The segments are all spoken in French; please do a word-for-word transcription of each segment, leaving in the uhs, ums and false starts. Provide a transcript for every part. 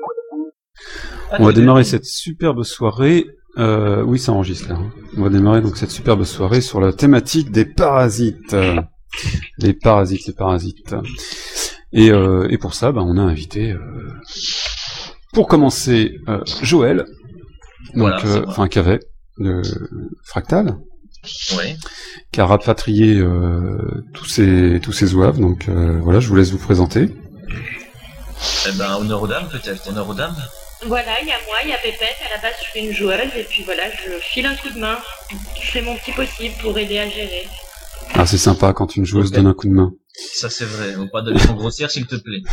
Ah, on va démarrer cette superbe soirée. Euh, oui, ça enregistre là. On va démarrer donc cette superbe soirée sur la thématique des parasites. Les parasites, les parasites. Et, euh, et pour ça, bah, on a invité, euh, pour commencer, euh, Joël, donc, voilà, euh, enfin, qu'avait de Fractal, ouais. qui a rapatrié euh, tous ces tous ces zouaves. Donc euh, voilà, je vous laisse vous présenter. Eh ben, honneur aux dames peut-être, honneur aux dames. Voilà, il y a moi, il y a Pépette, à la base je suis une joueuse, et puis voilà, je file un coup de main, je fais mon petit possible pour aider à gérer. Ah, c'est sympa quand une joueuse okay. donne un coup de main. Ça c'est vrai, donc pas de façon grossière s'il te plaît.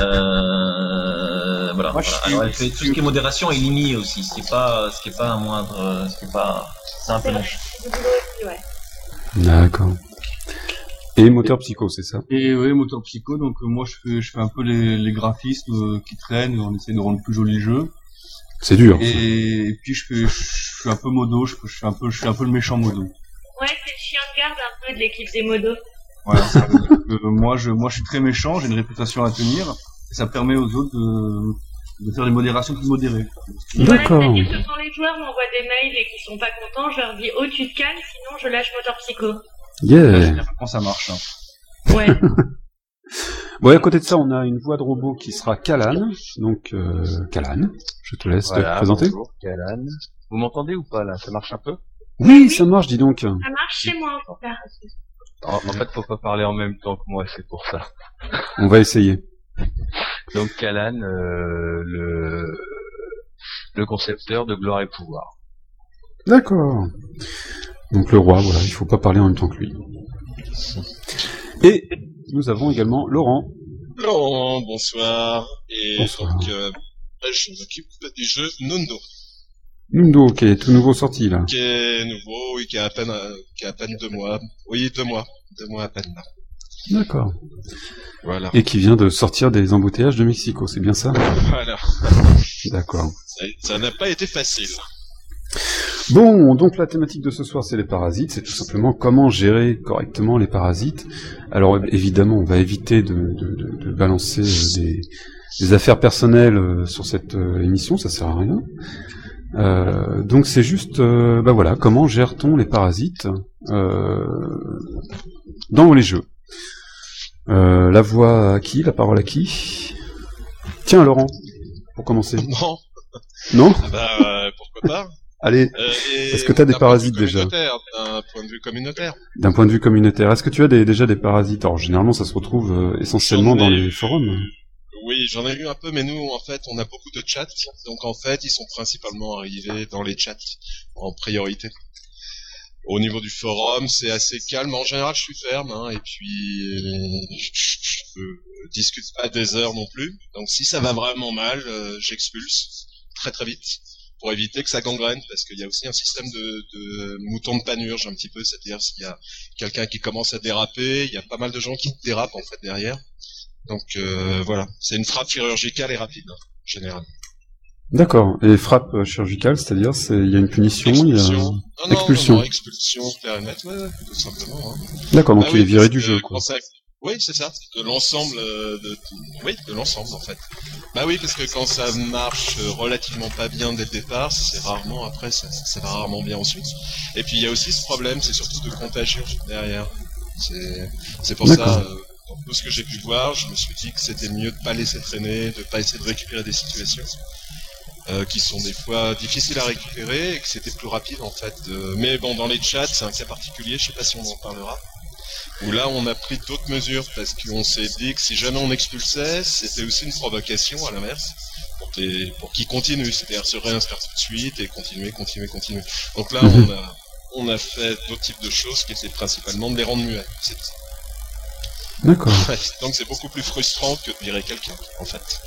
Euh, voilà. Moi, voilà. Alors elle fait tout ce qui est modération et limite aussi, ce qui est pas, ce qui est pas un moindre, ce qui est pas, c'est un peu long. Ouais. D'accord. Et moteur psycho, c'est ça? Et oui, moteur psycho, donc euh, moi je fais, je fais un peu les, les graphismes euh, qui traînent, on essaie de rendre plus joli le jeu. C'est dur. Et, et puis je fais, je, je fais un peu modo, je, je fais un peu, je suis un peu le méchant modo. Ouais, c'est le chien de garde un peu de l'équipe des modos. Voilà, ça veut dire que moi je, moi je suis très méchant, j'ai une réputation à tenir, et ça permet aux autres de, de faire des modérations plus modérées. D'accord. Voilà, c'est-à-dire que quand les joueurs m'envoient des mails et qu'ils sont pas contents, je leur dis oh tu te calmes, sinon je lâche moteur psycho. Yeah. Quand ça marche. Hein. Ouais. Bon, et à côté de ça, on a une voix de robot qui sera Kalan. Donc, euh, Kalan, je te laisse voilà, te présenter. Bonjour, Kalan. Vous m'entendez ou pas, là? Ça marche un peu? Oui, oui, ça marche, dis donc. Ça marche chez moi, en tout cas. En, en fait, faut pas parler en même temps que moi, c'est pour ça. On va essayer. Donc, Kalan, euh, le, le concepteur de Gloire et Pouvoir. D'accord. Donc le roi, voilà, il faut pas parler en même temps que lui. Et nous avons également Laurent. Laurent, bonsoir. Et bonsoir. donc, euh, je m'occupe du jeu Nundo. Nundo, qui est tout nouveau sorti là. Qui est nouveau, oui, qui a à peine, euh, qui a à peine deux mois. Oui, deux mois, deux mois à peine là. D'accord. Voilà. Et qui vient de sortir des embouteillages de Mexico, c'est bien ça? Voilà. D'accord. Ça n'a pas été facile. Bon, donc la thématique de ce soir, c'est les parasites. C'est tout simplement comment gérer correctement les parasites. Alors évidemment, on va éviter de, de, de, de balancer des, des affaires personnelles sur cette euh, émission, ça sert à rien. Euh, donc c'est juste, euh, bah voilà, comment gère-t-on les parasites euh, dans les jeux. Euh, la voix à qui? La parole à qui? Tiens, Laurent, pour commencer. Non. Non? Ah bah euh, pourquoi pas. Allez, euh, est-ce que tu as des parasites déjà? D'un point de vue communautaire. D'un point de vue communautaire, est-ce que tu as des, déjà des parasites? Alors généralement ça se retrouve euh, essentiellement dans les forums. Oui, j'en ai eu un peu, mais nous en fait on a beaucoup de chats, donc en fait ils sont principalement arrivés dans les chats en priorité. Au niveau du forum, c'est assez calme. En général, je suis ferme, hein, et puis je, je, je discute pas des heures non plus. Donc si ça va vraiment mal, euh, j'expulse très très vite. Pour éviter que ça gangrène, parce qu'il y a aussi un système de, de mouton de panurge un petit peu, c'est-à-dire s'il y a quelqu'un qui commence à déraper, il y a pas mal de gens qui dérapent en fait derrière. Donc euh, voilà, c'est une frappe chirurgicale et rapide, hein, en général. D'accord, et frappe chirurgicale, c'est-à-dire c'est il y a une punition, il y a non, non, expulsion. Non, non, expulsion, périmètre, ouais, ouais, tout simplement. Hein. D'accord, donc ah, il oui, est viré du jeu, quoi. Ça... Oui, c'est ça, de l'ensemble de tout. Oui, de l'ensemble en fait. Bah oui, parce que quand ça marche relativement pas bien dès le départ, c'est rarement après, ça, ça va rarement bien ensuite. Et puis il y a aussi ce problème, c'est surtout de contagion derrière. C'est, c'est pour D'accord. ça, euh, dans tout ce que j'ai pu voir, je me suis dit que c'était mieux de pas laisser traîner, de pas essayer de récupérer des situations euh, qui sont des fois difficiles à récupérer et que c'était plus rapide en fait. De... Mais bon, dans les chats, c'est un cas particulier, je sais pas si on en parlera. Où là on a pris d'autres mesures parce qu'on s'est dit que si jamais on expulsait, c'était aussi une provocation à l'inverse pour, tes, pour qu'ils continuent, c'est-à-dire se réinscrire tout de suite et continuer, continuer, continuer. Donc là on a on a fait d'autres types de choses qui étaient principalement de les rendre muets. C'est tout. D'accord. Ouais, donc c'est beaucoup plus frustrant que de virer quelqu'un en fait.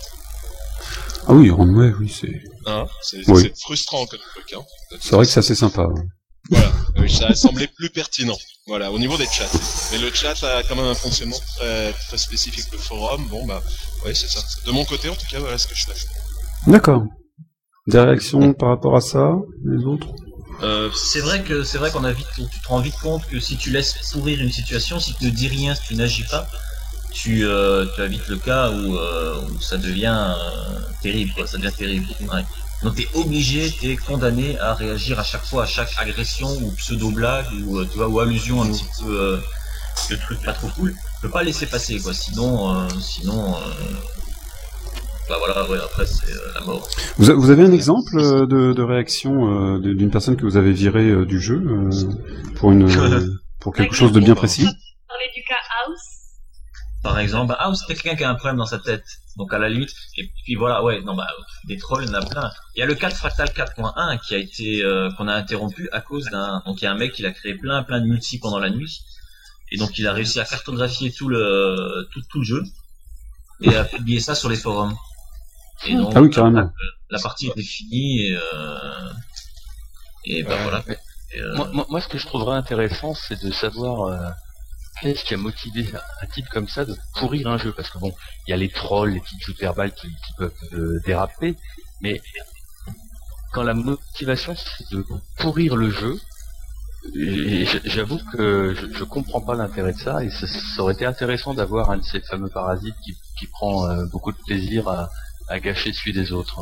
Ah oui, rendre muet, oui c'est. Hein, c'est, oui. c'est frustrant comme truc. Hein, c'est vrai que c'est assez sympa. Ouais. Voilà, oui, ça a semblé plus pertinent. Voilà, au niveau des chats. Mais le chat a quand même un fonctionnement très, très spécifique. Le forum, bon bah, oui, c'est ça. De mon côté, en tout cas, voilà ce que je fais. D'accord. Des réactions par rapport à ça, les autres? Euh, c'est vrai que c'est vrai qu'on a vite, tu te rends vite compte que si tu laisses pourrir une situation, si tu ne dis rien, si tu n'agis pas, tu, euh, tu as vite le cas où, euh, où ça devient, euh, terrible, quoi, ça devient terrible. Ouais. Donc t'es obligé, t'es condamné à réagir à chaque fois, à chaque agression ou pseudo-blague ou, euh, tu vois, ou allusion un petit peu euh, de trucs pas trop cool. Tu peux pas laisser passer, quoi, sinon, euh, sinon, euh, bah voilà, ouais, après c'est euh, la mort. Vous, a, vous avez un exemple euh, de, de réaction euh, de- d'une personne que vous avez virée euh, du jeu euh, pour une euh, pour quelque chose de bien précis? Parler du cas House. Par exemple, ah, c'était quelqu'un qui a un problème dans sa tête. Donc à la limite, et puis voilà, ouais, non bah des trolls, il y en a plein. Il y a le cas de Fractal quatre point un qui a été euh, qu'on a interrompu à cause d'un, donc il y a un mec qui a créé plein plein de multi pendant la nuit, et donc il a réussi à cartographier tout le tout, tout le jeu et à publier ça sur les forums. Et donc Ah oui, carrément. la, la partie était finie et euh, et bah Ouais. voilà. Et, euh, Moi, moi, moi, ce que je trouverais intéressant, c'est de savoir euh, qu'est-ce qui a motivé un type comme ça de pourrir un jeu. Parce que bon, il y a les trolls, les petites joutes verbales qui, qui peuvent euh, déraper, mais quand la motivation c'est de pourrir le jeu, et j- j'avoue que je, je comprends pas l'intérêt de ça, et ça, ça aurait été intéressant d'avoir un de ces fameux parasites qui, qui prend euh, beaucoup de plaisir à, à gâcher celui des autres.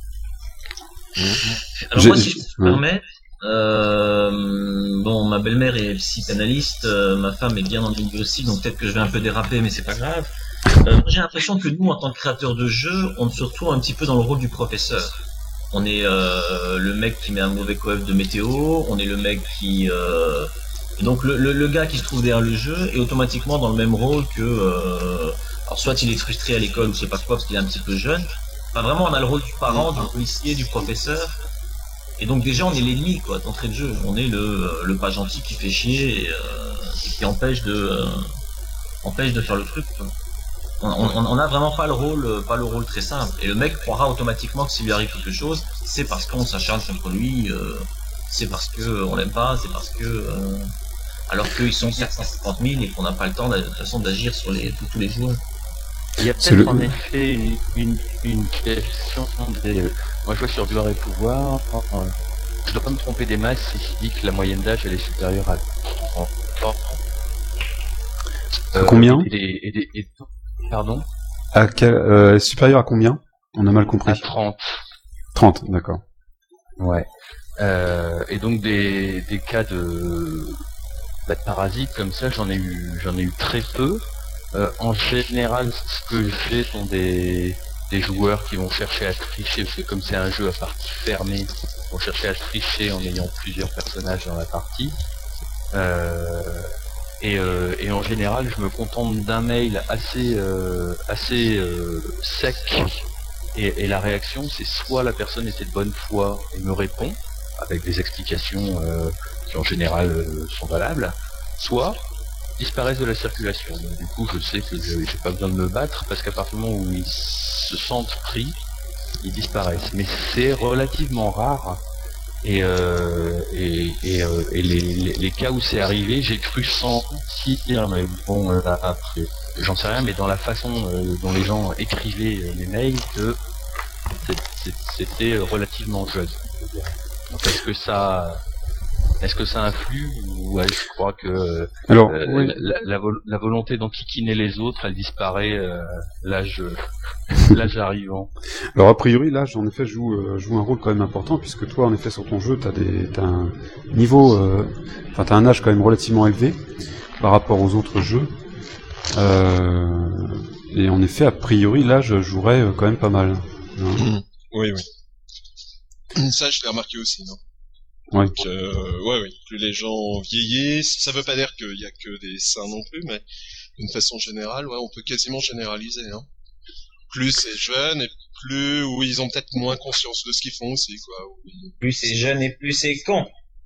Alors J'ai- moi, si je me ouais. permets, euh, bon, ma belle-mère est psychanalyste, euh, ma femme est bien dans le milieu aussi, donc peut-être que je vais un peu déraper, mais c'est pas grave. Euh, j'ai l'impression que nous, en tant que créateurs de jeux, on se retrouve un petit peu dans le rôle du professeur. On est euh, le mec qui met un mauvais coef de météo, on est le mec qui... Euh... et donc le, le, le gars qui se trouve derrière le jeu est automatiquement dans le même rôle que... Euh... Alors soit il est frustré à l'école ou je sais pas quoi parce qu'il est un petit peu jeune. Enfin vraiment on a le rôle du parent, du policier, du professeur. Et donc déjà on est l'ennemi quoi d'entrée de jeu. On est le, le pas gentil qui fait chier et, euh, et qui empêche de euh, empêche de faire le truc. Quoi. On, on, on a vraiment pas le rôle pas le rôle très simple. Et le mec croira automatiquement que s'il lui arrive quelque chose, c'est parce qu'on s'acharne contre lui, euh, c'est parce que euh, on l'aime pas, c'est parce que euh, alors qu'ils sont quatre cent cinquante mille et qu'on n'a pas le temps de toute façon d'agir sur les tous, tous les joueurs. Il y a C'est peut-être le- en effet une, une, une question des... Moi je vois sur Gloire et Pouvoir, euh, je dois pas me tromper des masses si je dis que la moyenne d'âge elle est supérieure à trente ans. À combien et des, et des, et- Pardon À quel, euh, supérieur à combien? On a mal À compris. trente. trente, d'accord. Ouais. Euh, et donc des, des cas de, bah, de parasites comme ça, j'en ai eu j'en ai eu très peu. Euh, en général, ce que j'ai sont des, des joueurs qui vont chercher à tricher, parce que comme c'est un jeu à partie fermée, ils vont chercher à tricher en ayant plusieurs personnages dans la partie. Euh, et, euh, et en général, je me contente d'un mail assez euh, assez euh, sec. Et, et la réaction, c'est soit la personne était de bonne foi et me répond avec des explications euh, qui en général euh, sont valables, soit disparaissent de la circulation. Donc, du coup, je sais que je j'ai pas besoin de me battre parce qu'à partir du moment où ils se sentent pris, ils disparaissent. Mais c'est relativement rare. Et, euh, et, et, euh, et les, les, les cas où c'est arrivé, j'ai cru sentir, mais bon, euh, là, après, j'en sais rien, mais dans la façon euh, dont les gens écrivaient euh, les mails, que c'est- c'est- c'était relativement jeune. Donc est-ce que ça, est-ce que ça influe ou ouais, je crois que euh, Alors, euh, oui. la, la, vol- la volonté d'enquiquiner les autres, elle disparaît euh, l'âge l'âge arrivant. Alors a priori l'âge en effet joue euh, joue un rôle quand même important puisque toi en effet sur ton jeu t'as des t'as un niveau euh, enfin t'as un âge quand même relativement élevé par rapport aux autres jeux euh, et en effet a priori l'âge jouerait euh, quand même pas mal. Hein. Oui, oui. Ça, je l'ai remarqué aussi, non? Ouais. Donc, euh, ouais, oui. Plus les gens vieillissent, ça veut pas dire qu'il y a que des saints non plus, mais d'une façon générale, ouais, on peut quasiment généraliser, hein. Plus c'est jeune et plus, oui, ils ont peut-être moins conscience de ce qu'ils font aussi, quoi. Oui. Plus c'est jeune et plus c'est con.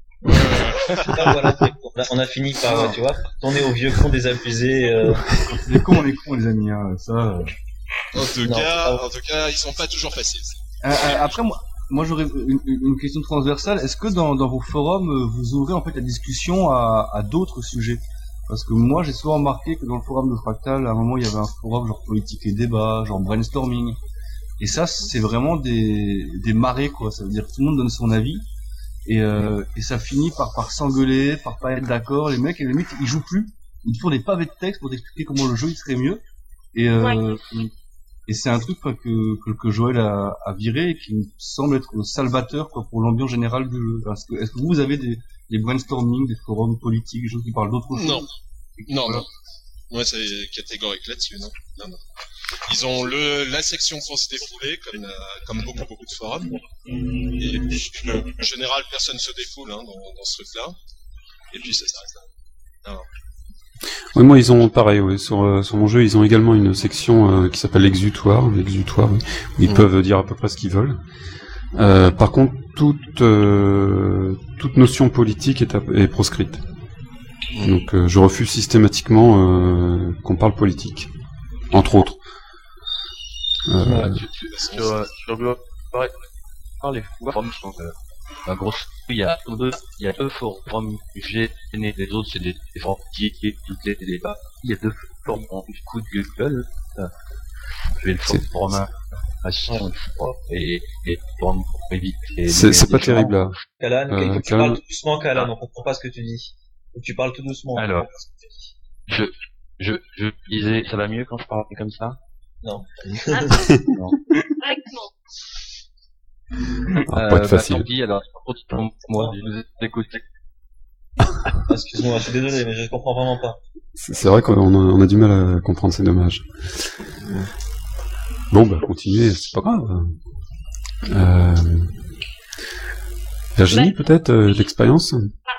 Là, voilà, on a, on a fini par, tu vois, tourner au vieux con des abusés. Euh... Les cons, on est cons, les amis, hein, ça. euh. En tout Non, cas, pas- en tout cas, ils sont pas toujours faciles. Euh, euh, après, moi, moi j'aurais une, une question transversale. Est-ce que dans, dans vos forums, euh, vous ouvrez en fait la discussion à, à d'autres sujets? Parce que moi, j'ai souvent remarqué que dans le forum de Fractal, à un moment, il y avait un forum genre politique et débat, genre brainstorming. Et ça, c'est vraiment des, des marées, quoi. Ça veut dire que tout le monde donne son avis. Et, euh, et ça finit par, par s'engueuler, par pas être d'accord. Les mecs, à la limite, ils jouent plus. Ils font des pavés de texte pour t'expliquer comment le jeu il serait mieux. Et, euh, Et c'est un truc quoi, que, que que Joël a, a viré et qui me semble être salvateur quoi pour l'ambiance générale du jeu. Est-ce que, est-ce que vous avez des, des brainstorming, des forums politiques, des choses qui parlent d'autre chose? Non, non, Voilà. non. Moi, c'est catégorique là-dessus, non, non, non. Ils ont le la section pour se défouler, comme euh, comme beaucoup beaucoup de forums. Et puis, euh, en général, personne se défoule hein, dans, dans ce truc-là. Et puis ça s'arrête là. Non. Oui, moi, ils ont pareil. Oui, sur, euh, sur mon jeu, ils ont également une section euh, qui s'appelle l'exutoire, l'exutoire, oui, où ils Mmh. peuvent dire à peu près ce qu'ils veulent. Euh, par contre, toute euh, toute notion politique est, à- est proscrite. Mmh. Donc, euh, je refuse systématiquement euh, qu'on parle politique, entre autres. Euh, Voilà, De tu- toute façon, Sur, euh, sur Gloire, par les forums, je pense, euh, bah, grosso, il y a deux, il y a deux forums G N et les autres, c'est des, des forums qui, qui, toutes les débats. Il y a deux forums en coup de gueule, euh, je vais le C'est- forum à, à cent, je crois, et, et forum pour éviter. c'est c'est pas les terrible là. Kalan, Euh, il faut que tu Kalan- parles tout doucement, Kalan, on comprend pas ce que tu dis. Faut que tu parles tout doucement. on Alors. comprend pas ce que tu dis. Je, je, je disais, ça va mieux quand je parle comme ça? Non. Ah, Non. correctement. Ça va Euh, pas être bah, facile. tant pis, alors, pour moi, je vous écoute. Ah, excuse-moi, je suis désolé, mais je comprends vraiment pas. C'est c'est vrai qu'on a, on a du mal à comprendre, c'est dommage. Bon, bah, continuez, c'est pas grave. Euh... Virginie, peut-être, euh, d'expérience?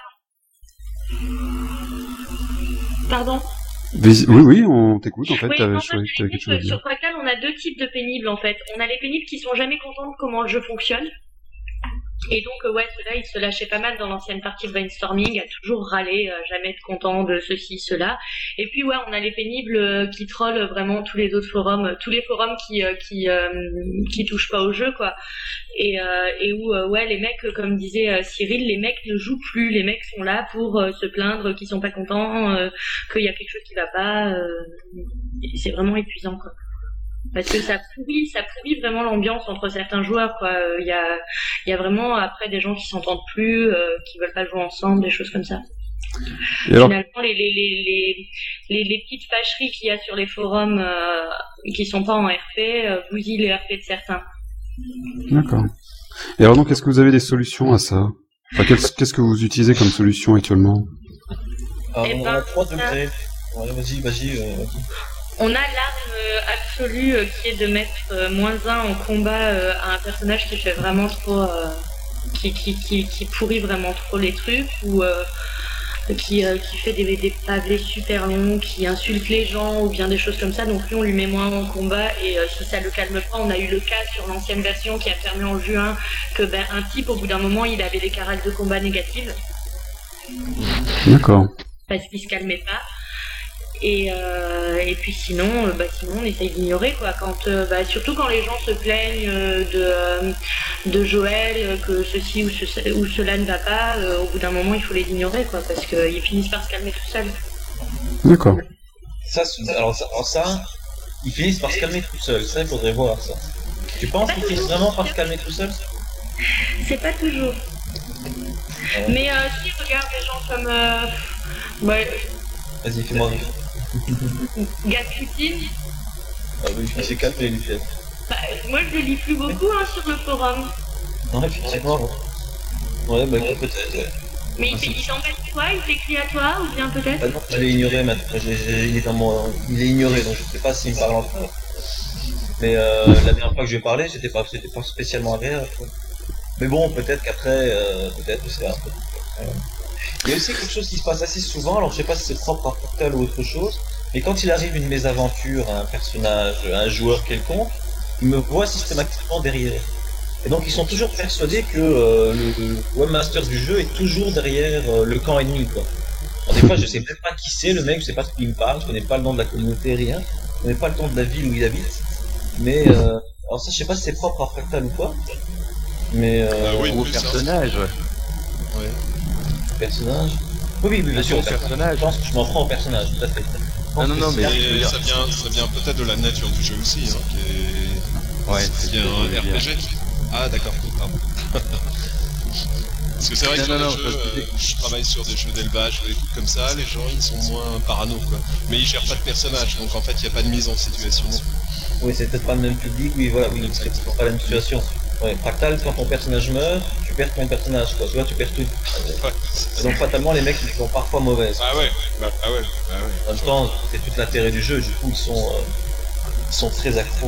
Pardon. Vis- Oui, oui, on t'écoute, en fait, Oui, t'avais en t'avais fait, quelque chose à dire. sur Fractal, on a deux types de pénibles en fait. On a les pénibles qui sont jamais contents de comment le jeu fonctionne. Et donc, euh, ouais, ceux-là, ils se lâchaient pas mal dans l'ancienne partie de brainstorming, à toujours râler, euh, jamais être content de ceci, cela. Et puis, ouais, on a les pénibles euh, qui trollent vraiment tous les autres forums, euh, tous les forums qui euh, qui euh, qui touchent pas au jeu, quoi. Et euh, et où, euh, ouais, les mecs, euh, comme disait euh, Cyril, les mecs ne jouent plus. Les mecs sont là pour euh, se plaindre qu'ils sont pas contents, euh, qu'il y a quelque chose qui va pas. Euh, et c'est vraiment épuisant, quoi. Parce que ça pourrit, ça pourrit vraiment l'ambiance entre certains joueurs, quoi. Il y a, il y a vraiment après des gens qui s'entendent plus, euh, qui veulent pas jouer ensemble, des choses comme ça. Et alors, Finalement, les, les, les, les, les, les petites fâcheries qu'il y a sur les forums euh, qui sont pas en R P, euh, bousillent les R P de certains. d'accord. Et alors, donc, est-ce que vous avez des solutions à ça? Enfin, qu'est-ce qu'est-ce que vous utilisez comme solution actuellement? Alors, Eh on ben, a trois ça- degrés. Ouais, vas-y, vas-y. Euh, vas-y. On a l'arme euh, absolue euh, qui est de mettre euh, moins un en combat euh, à un personnage qui fait vraiment trop, euh, qui, qui, qui, qui pourrit vraiment trop les trucs ou euh, qui, euh, qui fait des, des pavés super longs, qui insulte les gens ou bien des choses comme ça. Donc lui, on lui met moins en combat et euh, si ça le calme pas, on a eu le cas sur l'ancienne version qui a fermé en juin que ben un type au bout d'un moment, il avait des caractères de combat négatives D'accord. parce qu'il se calmait pas. Et, euh, et puis sinon, euh, bah sinon on essaye d'ignorer quoi. Quand, euh, bah, surtout quand les gens se plaignent euh, de, euh, de Joël, euh, que ceci ou, ce, ou cela ne va pas, euh, au bout d'un moment il faut les ignorer quoi, parce qu'ils finissent par se calmer tout seuls. D'accord. Ça, c'est- alors, ça, alors ça, ils finissent par se calmer tout seuls. Ça, il faudrait voir ça. Tu penses qu'ils finissent vraiment par se calmer tout seuls? C'est pas toujours. Ouais. Mais euh, si regarde des gens comme euh, ouais, Vas-y, fais-moi rire. Gasputin, Ah oui, il s'est calmé, lui, chef. bah, moi je le lis plus beaucoup hein, sur le forum. Non, effectivement. Ouais, bah écoute, peut-être. Ouais. Mais il, il t'embête toi, il t'écrit à toi ou bien peut-être Ah non, je l'ai ignoré maintenant. J'ai- j'ai- il, est dans mon... il est ignoré, donc je sais pas s'il me parle encore. Mais euh, la dernière fois que je lui ai parlé, c'était pas, c'était pas spécialement agréable. quoi. Mais bon, peut-être qu'après, euh, peut-être, je sais pas. Euh, Il y a aussi quelque chose qui se passe assez souvent, alors je sais pas si c'est propre à Portal ou autre chose, mais quand il arrive une mésaventure à un personnage, à un joueur quelconque, il me voit systématiquement derrière. Et donc ils sont toujours persuadés que euh, le, le webmaster du jeu est toujours derrière euh, le camp ennemi, quoi. Alors, des fois, je sais même pas qui c'est le mec, je sais pas ce qu'il me parle, je connais pas le nom de la communauté, rien, je connais pas le nom de la ville où il habite. Mais euh, alors ça, je sais pas si c'est propre à Fractal ou pas. Mais euh, Euh, oui, Au plus, hein. personnage, ouais. Ouais. personnage. Oui, oui, oui, bien sûr, Au au personnage. personnage. Je pense que je m'en prends au personnage, tout à fait. Je pense Non, non, que non, c'est- mais- je veux Et dire- ça vient, ça vient peut-être de la nature du jeu aussi, hein, qui est, Ouais, qui c'est est ce que je un voulais R dire. P G. Ah, d'accord, pardon. Parce que c'est vrai que Non, sur non, les non, jeux, parce que euh, je travaille sur des jeux d'élevage, des trucs comme ça, les gens ils sont moins parano, quoi. Mais ils gèrent pas de personnages, donc en fait il n'y a pas de mise en situation. Oui, c'est peut-être pas le même public, oui, voilà, oui, c'est peut-être pas la même situation. Ouais, Fractal, quand ton personnage meurt, tu perds ton personnage, quoi, tu vois, tu perds tout. Et donc, fatalement, les mecs, ils sont parfois mauvaises. Ah ouais, bah, ah ouais, bah ouais. En même temps, c'est tout l'intérêt du jeu, du coup, ils sont, euh, ils sont très accros.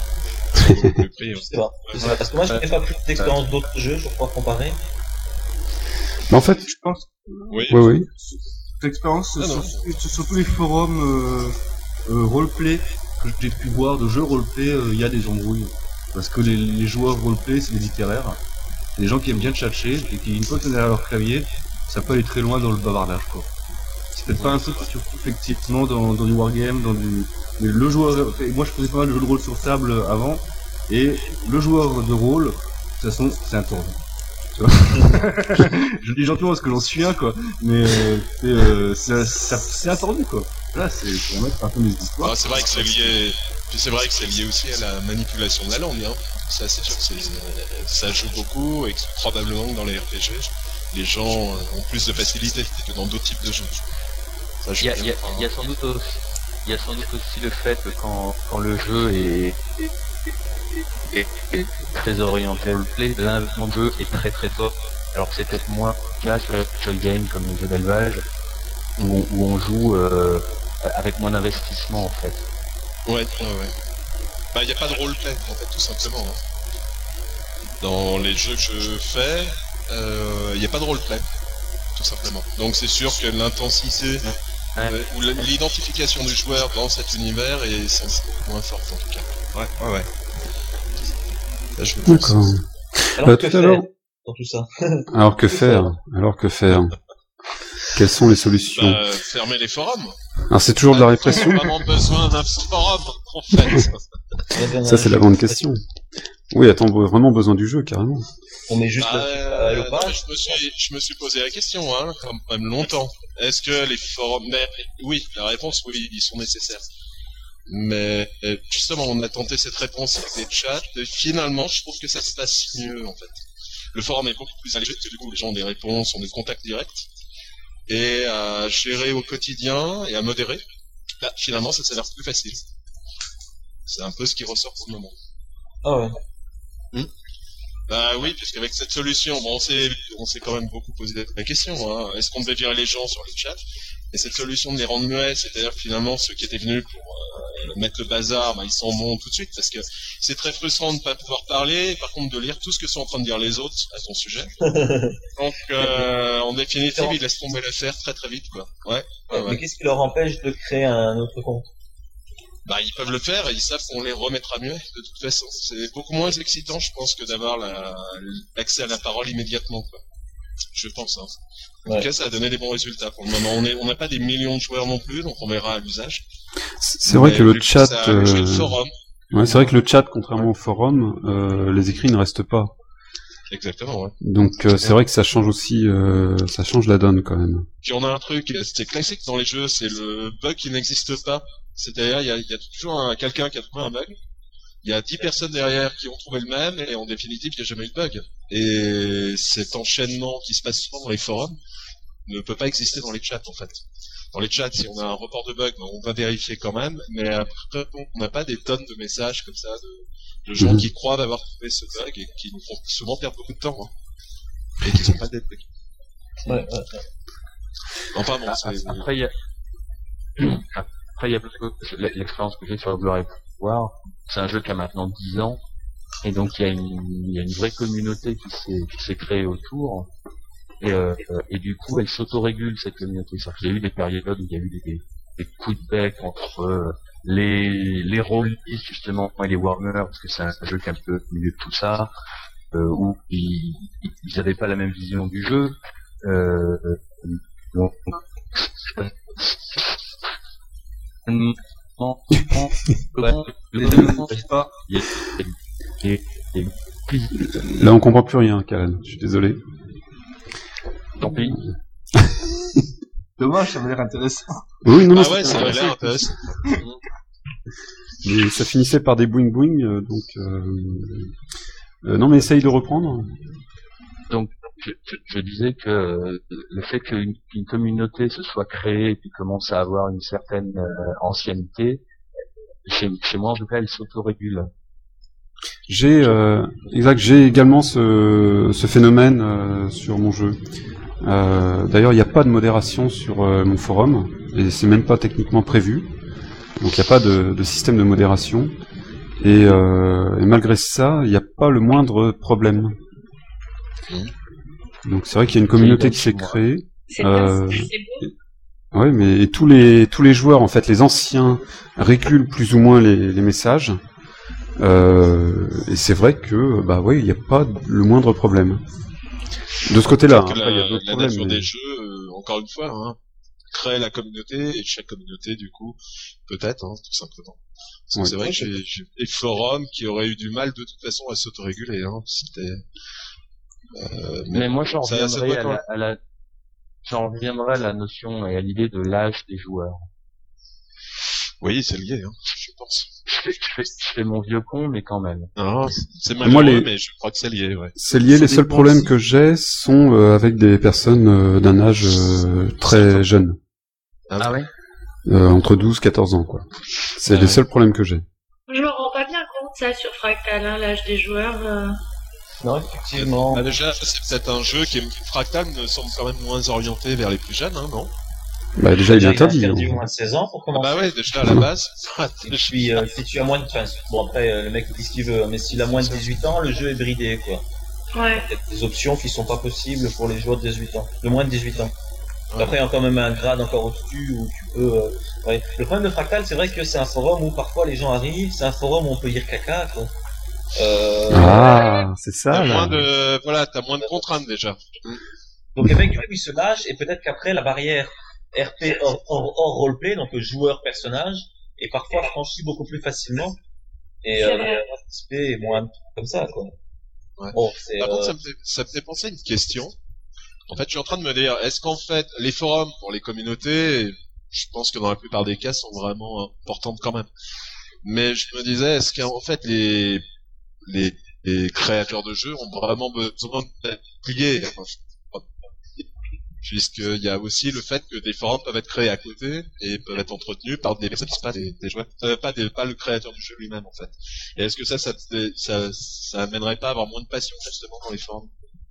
Le prix, Je sais pas. Je sais pas, parce que moi, je n'ai pas plus d'expérience d'autres jeux, je crois, comparer. Mais en fait, Je pense Oui. oui, oui. cette expérience Ah non. sur, sur- sur tous les forums euh, euh, roleplay que j'ai pu voir de jeux roleplay, euh, il y a des embrouilles. Parce que les, les joueurs roleplay, c'est des littéraires. C'est des gens qui aiment bien tchatcher et qui, une fois qu'ils sont derrière leur clavier, ça peut aller très loin dans le bavardage, quoi. C'est peut-être pas un truc que tu retrouves effectivement dans, dans du wargame, dans du... Mais le joueur... Moi, je faisais pas mal de jeux de rôle sur table avant, et le joueur de rôle, de toute façon, c'est un tordu. Tu vois je le dis gentiment parce que j'en suis un, quoi. Mais euh, c'est, euh, c'est, c'est, c'est un tordu, quoi. Là, c'est pour mettre un peu mes histoires. Ah, c'est vrai que c'est lié. Puis c'est vrai que c'est lié aussi à la manipulation de la langue. Hein. Ça, c'est sûr que c'est, ça joue beaucoup et que probablement que dans les R P G, les gens euh, ont plus de facilité que dans d'autres types de jeux. Ça, je Il y a, il y a- il y a sans doute aussi, il y a sans doute aussi le fait que quand, quand le jeu est, est, est très orienté roleplay, l'investissement de jeu est très très fort. Alors que c'est peut-être moins le cas sur les jeux game comme les jeux d'élevage, où, on- où on joue euh, avec moins d'investissement en fait. Ouais, ouais, ouais. Bah, il n'y a pas de roleplay, en fait, tout simplement. Hein. Dans les jeux que je fais, il euh, n'y a pas de roleplay, tout simplement. Donc c'est sûr que l'intensité Ouais. euh, ou l'identification du joueur dans cet univers est sans moins forte, en tout cas. Ouais, ouais, ouais. Ça, je le pense. D'accord. Alors Euh, que tout à faire l'heure. dans tout ça? Alors que faire Alors que faire Quelles sont les solutions Bah, fermer les forums. Alors c'est toujours de la répression. On a vraiment besoin d'un forum, en fait. Ça c'est la grande question. Oui, attends, vraiment besoin du jeu, carrément. On met juste Bah, le, euh, le non, pas. mais je me suis, je me suis posé la question, hein, quand même longtemps. Est-ce que les forums, mais oui, la réponse, oui, ils sont nécessaires. Mais euh, justement, on a tenté cette réponse avec les chats, et finalement, je trouve que ça se passe mieux, en fait. Le forum est beaucoup plus allégé, parce que du coup, les gens ont des réponses, ont des contacts directs, et à gérer au quotidien et à modérer. Bah, finalement, ça s'avère plus facile. C'est un peu ce qui ressort pour le moment. Ah ouais. Bah oui, puisqu'avec cette solution, bon, on s'est, on s'est quand même beaucoup posé la question, hein. Est-ce qu'on devait virer les gens sur le chat? Et cette solution de les rendre muets, c'est-à-dire que finalement, ceux qui étaient venus pour euh, mettre le bazar, bah, ils s'en vont tout de suite, parce que c'est très frustrant de ne pas pouvoir parler, et par contre de lire tout ce que sont en train de dire les autres à ton sujet. Donc, euh, en définitive, ils laissent tomber l'affaire très très vite, quoi. Ouais, ouais, ouais. Mais qu'est-ce qui leur empêche de créer un autre compte? Bah, ils peuvent le faire et ils savent qu'on les remettra mieux, de toute façon. C'est beaucoup moins excitant, je pense, que d'avoir la, l'accès à la parole immédiatement, quoi. Je pense, hein. En Ouais. tout cas, ça a donné des bons résultats pour le moment. On est, on n'a pas des millions de joueurs non plus, donc on verra à l'usage. C'est c'est vrai Mais que le du coup, chat, ça a allégé le euh, forum. ouais, c'est vrai que le chat, contrairement au forum, euh, les écrits ne restent pas. Exactement, ouais. Donc euh, c'est vrai que ça change aussi, euh, ça change la donne quand même. Puis on a un truc, c'était classique dans les jeux, c'est le bug qui n'existe pas. C'est-à-dire, il y a, il y a toujours un, quelqu'un qui a trouvé un bug. Il y a dix personnes derrière qui ont trouvé le même, et en définitive, il n'y a jamais eu de bug. Et cet enchaînement qui se passe souvent dans les forums ne peut pas exister dans les chats, en fait. Dans les chats, si on a un report de bug, on va vérifier quand même, mais après, on n'a pas des tonnes de messages comme ça, de, de gens Mhm. qui croient avoir trouvé ce bug et qui nous font souvent perdre beaucoup de temps, hein. Et qui sont pas des bugs. Ouais, ouais. Enfin bon, Ah, c'est... Après, il y a, après, il y a plus que l'expérience que j'ai sur Glory Pouvoir. C'est un jeu qui a maintenant dix ans. Et donc, il y a une, il y a une vraie communauté qui s'est, qui s'est créée autour. Et, euh, et du coup, elle s'autorégule, cette communauté. C'est-à-dire qu'il y a eu des périodes où il y a eu des, des coups de bec entre euh, les, les rôlistes, justement, et les warmers, parce que c'est un jeu qui est un peu au milieu de tout ça, euh, où ils, ils avaient pas la même vision du jeu. Euh, donc, non, non, non, Les deux ne savent pas. il y a- il y a- il y a plus- Là on comprend plus rien, Karen. Je suis désolé. tant pis. Dommage, ça avait l'air intéressant. Oui, non, non, Ah ouais, c'était ça avait l'air intéressant. intéressant. Mais ça finissait par des boing boing, euh, donc. Euh... euh, non, mais essaye de reprendre. Donc, je, je, je disais que euh, le fait qu'une qu'une communauté se soit créée et puis commence à avoir une certaine euh, ancienneté, chez, chez moi en tout cas, elle s'autorégule. J'ai, euh, exact, j'ai également ce, ce phénomène euh, sur mon jeu. Euh, d'ailleurs, il n'y a pas de modération sur euh, mon forum, et c'est même pas techniquement prévu. Donc, il n'y a pas de, de système de modération. Et, euh, et malgré ça, il n'y a pas le moindre problème. Donc, c'est vrai qu'il y a une communauté qui s'est créée. C'est Euh, pas- c'est beau. Oui, mais et tous les tous les joueurs, en fait, les anciens régulent plus ou moins les, les messages. Euh, et c'est vrai que bah oui, il n'y a pas le moindre problème. De ce côté-là, hein. Que Après, il y a la, d'autres la problèmes. nature mais- des jeux, euh, encore une fois, hein, crée la communauté, et chaque communauté, du coup, peut-être, hein, tout simplement. Parce que Ouais. c'est vrai que j'ai j'ai des forums qui auraient eu du mal de toute façon à s'autoréguler. Hein, c'était. Euh, Mais moi, j'en ça- ça reviendrai doit à être la, à la, j'en reviendrai à la notion et à l'idée de l'âge des joueurs. Oui, c'est lié, hein, je pense. Je fais, je fais, je fais mon vieux con, mais quand même. Non, c'est Moi, malheureux, les- mais je crois que c'est lié, ouais. C'est lié. Ça Les seuls dépend problèmes aussi. que j'ai sont euh, avec des personnes euh, d'un âge euh, très jeune, Ah ouais? euh, entre douze et quatorze ans, quoi. C'est Ah les ouais. seuls problèmes que j'ai. Je me rends pas bien compte ça sur Fractal, hein, l'âge des joueurs. euh. Non, effectivement. Bah déjà, c'est peut-être un jeu qui est Fractal me semble quand même moins orienté vers les plus jeunes, hein, non? Bah déjà, il est interdit. interdit hein. moins de seize ans pour Ah commencer. bah ouais, déjà à la base. Et puis, euh, si tu as moins de, enfin, bon après, euh, le mec dit ce qu'il veut, hein, mais s'il a moins de dix-huit ans, le jeu est bridé, quoi. Ouais. Il y a des options qui sont pas possibles pour les joueurs de dix-huit ans, de moins de dix-huit ans. Ouais. Après, il y a quand même un grade encore au-dessus où tu peux, euh, ouais. Le problème de Fractal, c'est vrai que c'est un forum où parfois les gens arrivent, c'est un forum où on peut dire caca, quoi. Euh, Ah, c'est ça, T'as là. moins de, voilà, t'as moins de contraintes déjà. Donc les mecs du coup ils se lâchent et peut-être qu'après la barrière R P hors, hors, hors roleplay, donc joueur personnage, est parfois franchie beaucoup plus facilement et C'est euh, vrai. l'aspect est moins comme ça quoi. Ouais. Bon, c'est Par euh, contre, ça me, fait, ça me fait penser à une question. En fait, je suis en train de me dire, est-ce qu'en fait, les forums pour les communautés, je pense que dans la plupart des cas, sont vraiment importantes quand même. Mais je me disais, est-ce qu'en fait, les, les, les créateurs de jeux ont vraiment besoin d'être pliés? Enfin, puisqu'il y a aussi le fait que des forums peuvent être créés à côté et peuvent être entretenus par des personnes qui sont pas des, des joueurs, euh, pas, des, pas le créateur du jeu lui-même en fait. Et est-ce que ça, ça, ça, ça amènerait pas à avoir moins de passion justement dans les forums?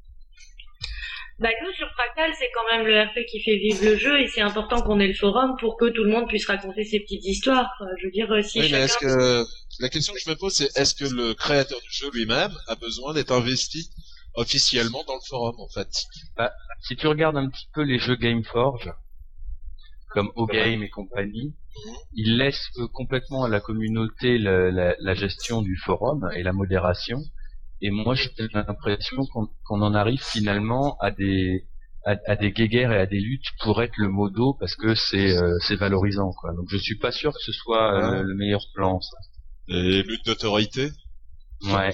Bah nous sur Fractal c'est quand même le R P qui fait vivre le jeu et c'est important qu'on ait le forum pour que tout le monde puisse raconter ses petites histoires. Euh, Je veux dire euh, si Oui, mais chacun... est-ce que la question que je me pose, c'est est-ce que le créateur du jeu lui-même a besoin d'être investi officiellement dans le forum en fait? Si tu regardes un petit peu les jeux Gameforge, comme O-Game et compagnie, ils laissent euh, complètement à la communauté la, la, la gestion du forum et la modération. Et moi, j'ai l'impression qu'on qu'on en arrive finalement à des à, à des guéguerres et à des luttes pour être le modo parce que c'est euh, c'est valorisant quoi. Donc je suis pas sûr que ce soit euh, Ouais. le meilleur plan ça. Les luttes d'autorité? Ouais.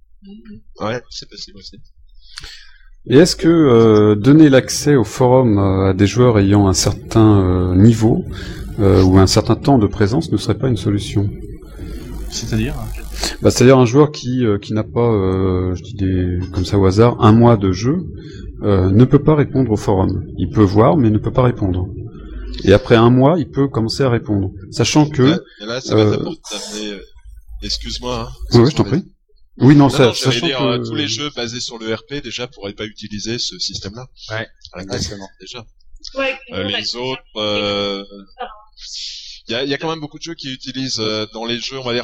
Ouais, c'est possible aussi. Et est-ce que euh, donner l'accès au forum euh, à des joueurs ayant un certain euh, niveau euh, ou un certain temps de présence ne serait pas une solution? C'est-à-dire Bah, c'est-à-dire un joueur qui euh, qui n'a pas, euh, je dis des, comme ça au hasard, un mois de jeu, euh, ne peut pas répondre au forum. Il peut voir, mais ne peut pas répondre. Et après un mois, il peut commencer à répondre, sachant que. Là, et là ça euh, va t'apporter t'amener. euh, Excuse-moi. Hein, Oui, oui, je t'en prie. Oui, non, Non, ça, non, j'allais sachant dire, que. euh, tous les jeux basés sur le R P déjà pourraient pas utiliser ce système-là. Ouais, Ah, exactement. Déjà. Ouais, Euh, les autres, euh, il y a, y a quand même beaucoup de jeux qui utilisent euh, dans les jeux, on va dire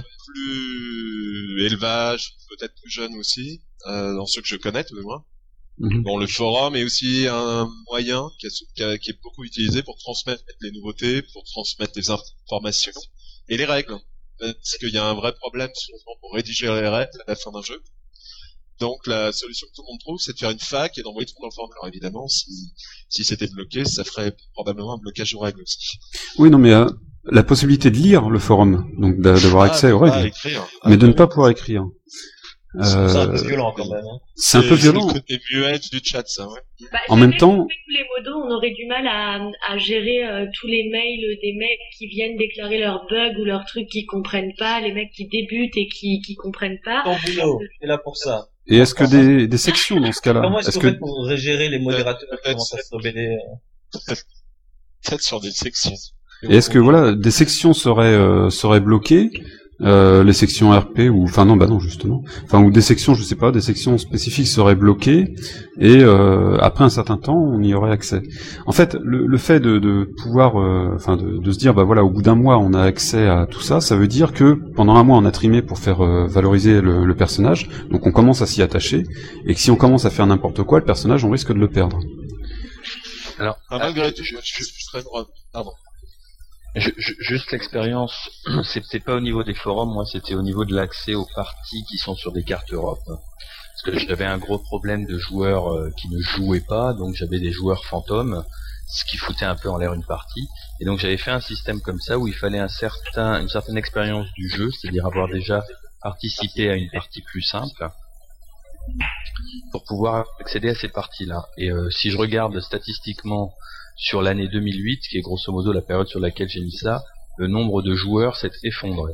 plus élevage, peut-être plus jeunes aussi, euh, dans ceux que je connais tout de moins. Mhm. Bon, le forum est aussi un moyen qui, a, qui, a, qui est beaucoup utilisé pour transmettre les nouveautés, pour transmettre les informations et les règles. Parce qu'il y a un vrai problème souvent pour rédiger les règles à la fin d'un jeu. Donc la solution que tout le monde trouve, c'est de faire une fac et d'envoyer tout le monde dans le forum. Alors évidemment, si, si c'était bloqué, ça ferait probablement un blocage aux règles aussi. Oui, non, mais euh, la possibilité de lire le forum, donc d'a- d'avoir accès aux Ah, règles, écrire. mais de ne pas pouvoir écrire. c'est un peu Euh, violent quand même. Hein. c'est un peu violent. C'est le côté muet du chat, ça, ouais. Bah, En je même sais temps- qu'avec tous les modos, on aurait du mal à, à gérer euh, tous les mails des mecs qui viennent déclarer leurs bugs ou leurs trucs qu'ils comprennent pas, les mecs qui débutent et qui qui comprennent pas. Ton boulot, t'es là pour ça. Et est-ce que des, des sections dans ce cas-là? Comment est-ce Est-ce qu'on que fait pour gérer les modérateurs Peut-être qui commencent à se rebeller euh Peut-être sur des sections. Et est-ce que voilà, des sections seraient euh, seraient bloquées, euh, les sections R P ou enfin non bah non justement, enfin ou des sections je sais pas, des sections spécifiques seraient bloquées et euh, après un certain temps on y aurait accès. En fait, le, le fait de, de pouvoir, enfin euh, de, de se dire bah voilà au bout d'un mois on a accès à tout ça, ça veut dire que pendant un mois on a trimé pour faire euh, valoriser le, le personnage, donc on commence à s'y attacher et que si on commence à faire n'importe quoi, le personnage on risque de le perdre. Alors, ah, malgré tout, je, je, je serais pardon. Je, je, juste l'expérience, c'était pas au niveau des forums, moi c'était au niveau de l'accès aux parties qui sont sur des cartes Europe. Parce que j'avais un gros problème de joueurs euh, qui ne jouaient pas, donc j'avais des joueurs fantômes, ce qui foutait un peu en l'air une partie. Et donc j'avais fait un système comme ça où il fallait un certain, une certaine expérience du jeu, c'est-à-dire avoir déjà participé à une partie plus simple, pour pouvoir accéder à ces parties-là. Et euh, si je regarde statistiquement sur l'année deux mille huit, qui est grosso modo la période sur laquelle j'ai mis ça, le nombre de joueurs s'est effondré.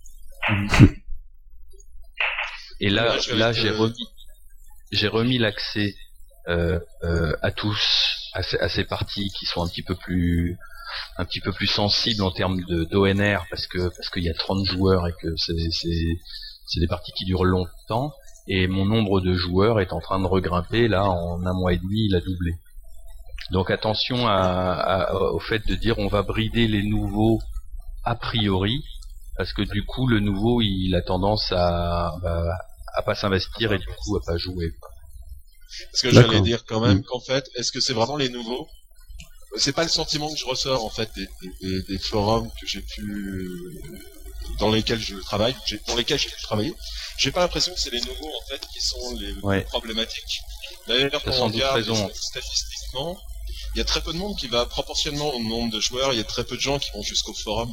Et là, là, j'ai remis, j'ai remis l'accès euh, euh, à tous, à ces, à ces parties qui sont un petit peu plus, un petit peu plus sensibles en termes de d'O N R, parce que parce qu'il y a trente joueurs et que c'est c'est c'est des parties qui durent longtemps. Et mon nombre de joueurs est en train de regrimper. Là, en un mois et demi, il a doublé. Donc attention à, à, au fait de dire on va brider les nouveaux a priori, parce que du coup le nouveau il a tendance à, bah, à pas s'investir et du coup à pas jouer. Parce que j'allais dire quand même mmh. qu'en fait, est-ce que c'est vraiment les nouveaux ? C'est pas le sentiment que je ressors en fait des, des, des forums que j'ai pu, dans lesquels je travaille, j'ai, dans lesquels j'ai pu travailler. J'ai pas l'impression que c'est les nouveaux en fait qui sont les ouais. problématiques. D'ailleurs, quand on regarde statistiquement, il y a très peu de monde qui va proportionnellement au nombre de joueurs. Il y a très peu de gens qui vont jusqu'au forum.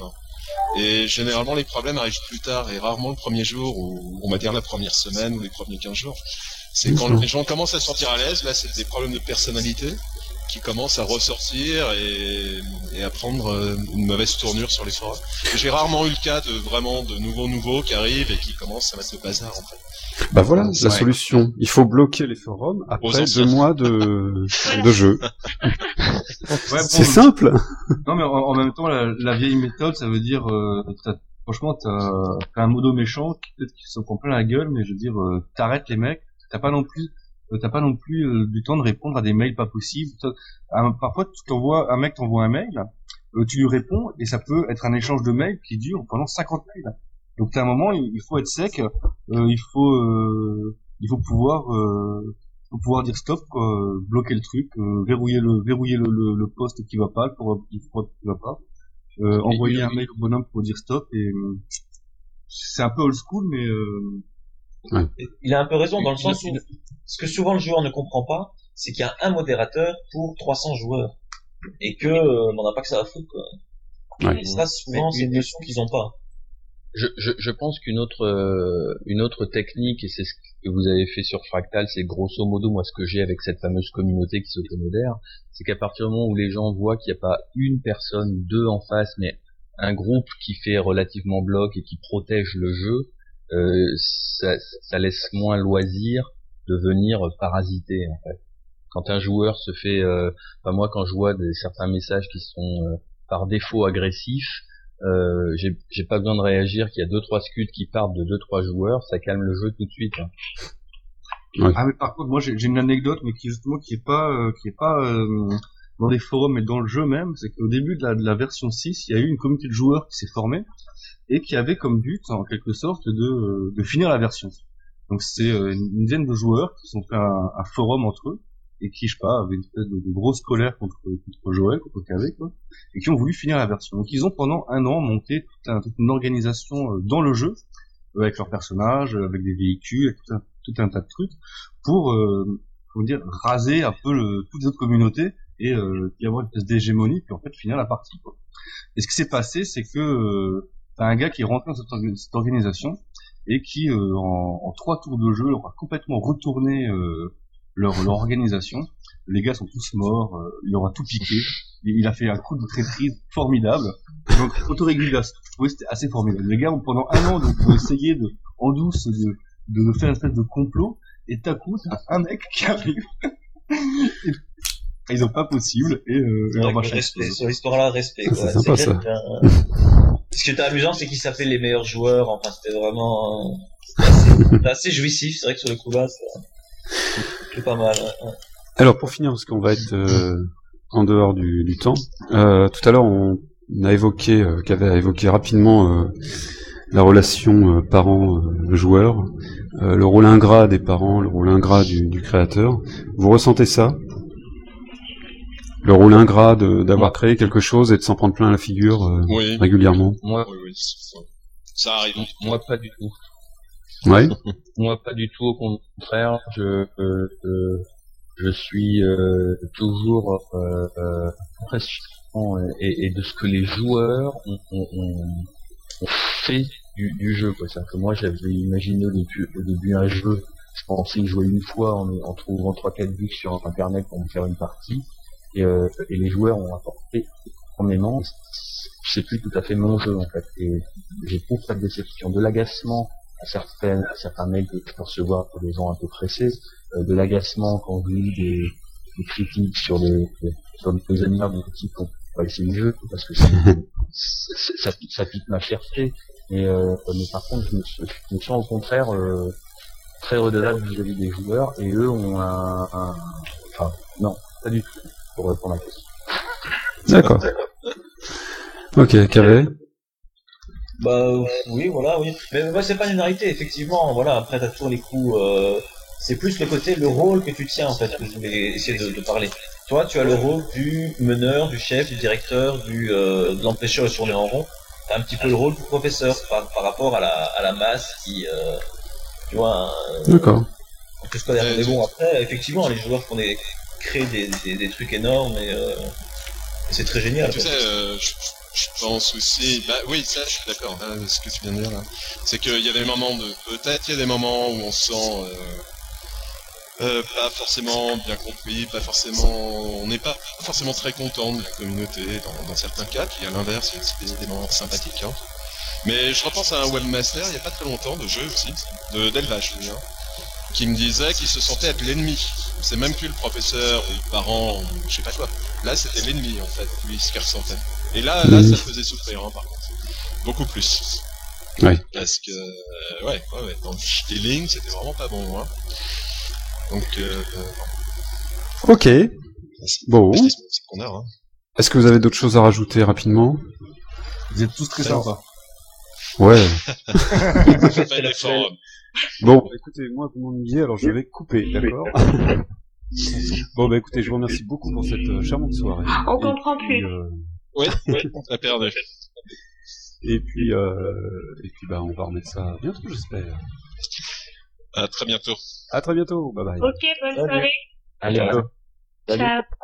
Et généralement, les problèmes arrivent plus tard et rarement le premier jour ou on va dire la première semaine ou les premiers quinze jours. C'est quand les gens commencent à se sentir à l'aise. Là, c'est des problèmes de personnalité qui commencent à ressortir et, et à prendre une mauvaise tournure sur les forums. J'ai rarement eu le cas de vraiment de nouveaux nouveaux qui arrivent et qui commencent à mettre le bazar en fait. Bah voilà, la ouais. solution. Il faut bloquer les forums après deux mois de, de jeu. Ouais, bon, c'est simple. Non mais en, en même temps, la, la vieille méthode, ça veut dire, euh, t'as, franchement, t'as, t'as un modo méchant qui peut-être qui se prend plein la gueule, mais je veux dire, euh, t'arrêtes les mecs. T'as pas non plus, euh, t'as pas non plus euh, du temps de répondre à des mails pas possibles. Euh, parfois, tu t'envoies un mec t'envoie un mail, euh, tu lui réponds et ça peut être un échange de mails qui dure pendant cinquante mails. Donc à un moment, il faut être sec, euh, il faut, euh, il faut pouvoir, euh, faut pouvoir dire stop, quoi, bloquer le truc, euh, verrouiller le, verrouiller le, le, le poste qui va pas, le programme qui va pas, euh, envoyer un mail au bonhomme pour dire stop. Et euh, c'est un peu old school, mais euh, ouais. Il a un peu raison dans le sens où ce que souvent le joueur ne comprend pas, c'est qu'il y a un modérateur pour trois cents joueurs et que euh, on n'a pas que ça à foutre, quoi. Ouais. Et ça, souvent, c'est une notion qu'ils ont pas. Je, je, je pense qu'une autre euh, une autre technique, et c'est ce que vous avez fait sur Fractal, c'est grosso modo moi ce que j'ai avec cette fameuse communauté qui s'automodère, c'est qu'à partir du moment où les gens voient qu'il n'y a pas une personne, deux en face, mais un groupe qui fait relativement bloc et qui protège le jeu, euh, ça, ça laisse moins loisir de venir parasiter en fait. Quand un joueur se fait, euh, enfin moi quand je vois des, certains messages qui sont euh, par défaut agressifs, Euh, j'ai, j'ai pas besoin de réagir qu'il y a deux trois scuds qui partent de deux trois joueurs, ça calme le jeu tout de suite. Hein. Ouais. Ah mais par contre moi j'ai, j'ai une anecdote mais qui justement qui est pas euh, qui est pas euh, dans les forums mais dans le jeu même, c'est qu'au début de la, de la version six, il y a eu une communauté de joueurs qui s'est formée et qui avait comme but en quelque sorte de de finir la version. Donc c'est euh, une dizaine de joueurs qui sont fait un, un forum entre eux et qui, je sais pas, avaient une espèce de, de grosse colère contre, contre Joël, contre K V, quoi, et qui ont voulu finir la version. Donc ils ont pendant un an monté toute, un, toute une organisation euh, dans le jeu, euh, avec leurs personnages, euh, avec des véhicules, et tout un, tout un tas de trucs, pour, euh, comment dire, raser un peu le, toutes les autres communautés et euh, y avoir une espèce d'hégémonie, puis en fait finir la partie, quoi. Et ce qui s'est passé, c'est que euh, t'as un gars qui est rentré dans cette, cette organisation et qui, euh, en, en trois tours de jeu, aura complètement retourné euh, Leur, leur organisation. Les gars sont tous morts, euh, il aura tout piqué, il a fait un coup de traîtrise formidable. Donc autorégulation, je trouvais que c'était assez formidable. Les gars ont pendant un an donc, ont essayé de, en douce de, de faire une espèce de complot, et d'un coup t'as un mec qui arrive et, Ils ont pas possible et, euh, et leur Avec machin respect, explose. sur l'histoire-là, respect, Ah, quoi. c'est sympa, clair ça. que, euh, Ce qui était amusant, c'est qu'ils s'appelaient les meilleurs joueurs, enfin, c'était vraiment, euh, c'était assez, c'était assez jouissif, c'est vrai que sur le coup-là, c'est, c'est pas mal, ouais. Alors pour finir, parce qu'on va être euh, en dehors du, du temps, euh, tout à l'heure on a évoqué, euh, qu'avait évoqué rapidement euh, la relation euh, parent-joueur, euh, le rôle ingrat des parents, le rôle ingrat du, du créateur. Vous ressentez ça? Le rôle ingrat de, d'avoir créé quelque chose et de s'en prendre plein la figure euh, Oui. régulièrement? Moi, Oui, oui, c'est- ça arrive. moi pas du tout. Ouais. Moi pas du tout. Au contraire, je euh, euh, je suis euh, toujours euh, euh, impressionné et, et de ce que les joueurs ont, ont, ont- ont fait du, du jeu. Quoi. C'est-à-dire que moi j'avais imaginé au début, au début un jeu. Je pensais y jouer une fois en, en trouvant trois quatre bugs sur internet pour me faire une partie. Et, euh, et les joueurs ont apporté énormément. C'est plus tout à fait mon jeu en fait. Et j'éprouve pas de déception, de l'agacement à certains, à certains mails que je peux recevoir pour des gens un peu pressés, euh, de l'agacement quand je lis des, des critiques sur les sur les animaux de type on va essayer le jeu parce que ça, ça, pique, ça pique ma fierté. Mais, euh, mais par contre, je me, je me sens au contraire euh, très redevable vis-à-vis des joueurs et eux ont un, un enfin non, pas du tout. Pour répondre à la question. D'accord. Ok, Carré. Bah, oui, voilà, oui. Mais moi, c'est pas une narité, effectivement, voilà, après, t'as toujours les coups, euh, c'est plus le côté, le rôle que tu tiens, en fait, que je voulais essayer de, de parler. Toi, tu as le rôle du meneur, du chef, du directeur, du, euh, de l'empêcheur de tourner en rond. T'as un petit peu le rôle du professeur par, par rapport à la, à la masse qui, euh, tu vois, euh, D'accord. on peut se connaître. Mais bon, après, effectivement, les joueurs font des, créent des, des, des trucs énormes et, euh, c'est très génial. Tu sais, euh, je, je pense aussi, bah oui, ça, je suis d'accord, hein, ce que tu viens de dire là. C'est qu'il y a des moments de, peut-être il y a des moments où on se sent euh, euh, pas forcément bien compris, pas forcément, on n'est pas forcément très content de la communauté dans, dans certains cas. Puis à l'inverse, il y a aussi des moments sympathiques. Hein. Mais je repense à un webmaster il y a pas très longtemps de jeu aussi, de d'élevage, je veux dire, qui me disait qu'il se sentait être l'ennemi. C'est même plus le professeur ou le parent ou je sais pas quoi. Là, c'était l'ennemi en fait, lui, ce qu'il ressentait. Et là, là, ça faisait souffrir, hein, par contre. Beaucoup plus. Ouais. Parce que, euh, ouais, ouais, ouais, dans le feeling, c'était vraiment pas bon, hein. Donc, euh, euh, ok. Bon. Secondaire, hein. Est-ce que vous avez d'autres choses à rajouter rapidement? Vous êtes tous très sympas. Ouais. Je fais l'effort. Bon, écoutez, moi vous m'ennuyez, alors je vais couper, d'accord? Bon, bah écoutez, je vous remercie beaucoup pour cette euh, charmante soirée. On Et comprend puis, plus. euh, Oui, oui, on a perdu. Et puis, euh, et puis, bah, on va remettre ça bientôt, j'espère. À très bientôt. À très bientôt, bye bye. Ok, bonne Salut. soirée. Allez, Ciao. Salut. Ciao.